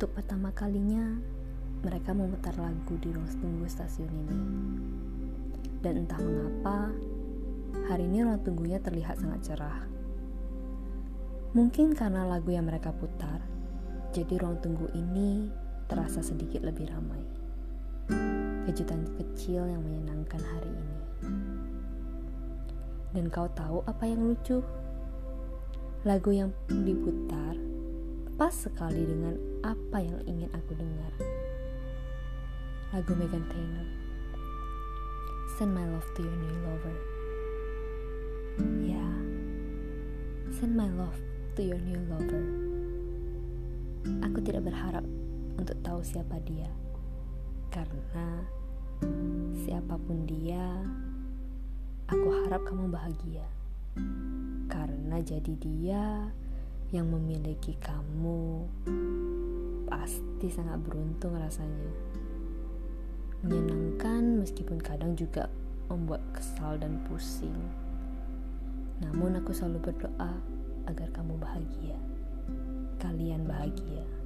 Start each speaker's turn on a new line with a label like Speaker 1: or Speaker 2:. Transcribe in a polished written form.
Speaker 1: Untuk pertama kalinya, mereka memutar lagu di ruang tunggu stasiun ini. Dan entah mengapa, hari ini ruang tunggunya terlihat sangat cerah. Mungkin karena lagu yang mereka putar, jadi ruang tunggu ini terasa sedikit lebih ramai. Kejutan kecil yang menyenangkan hari ini. Dan kau tahu apa yang lucu? Lagu yang diputar pas sekali dengan apa yang ingin aku dengar. Lagu Meghan Trainor, Send My Love to Your New Lover. Ya, send my love to your new lover. Aku tidak berharap untuk tahu siapa dia, karena siapapun dia, aku harap kamu bahagia. Karena jadi dia yang memiliki kamu pasti sangat beruntung rasanya. Menyenangkan meskipun kadang juga membuat kesal dan pusing. Namun aku selalu berdoa agar kamu bahagia. Kalian bahagia.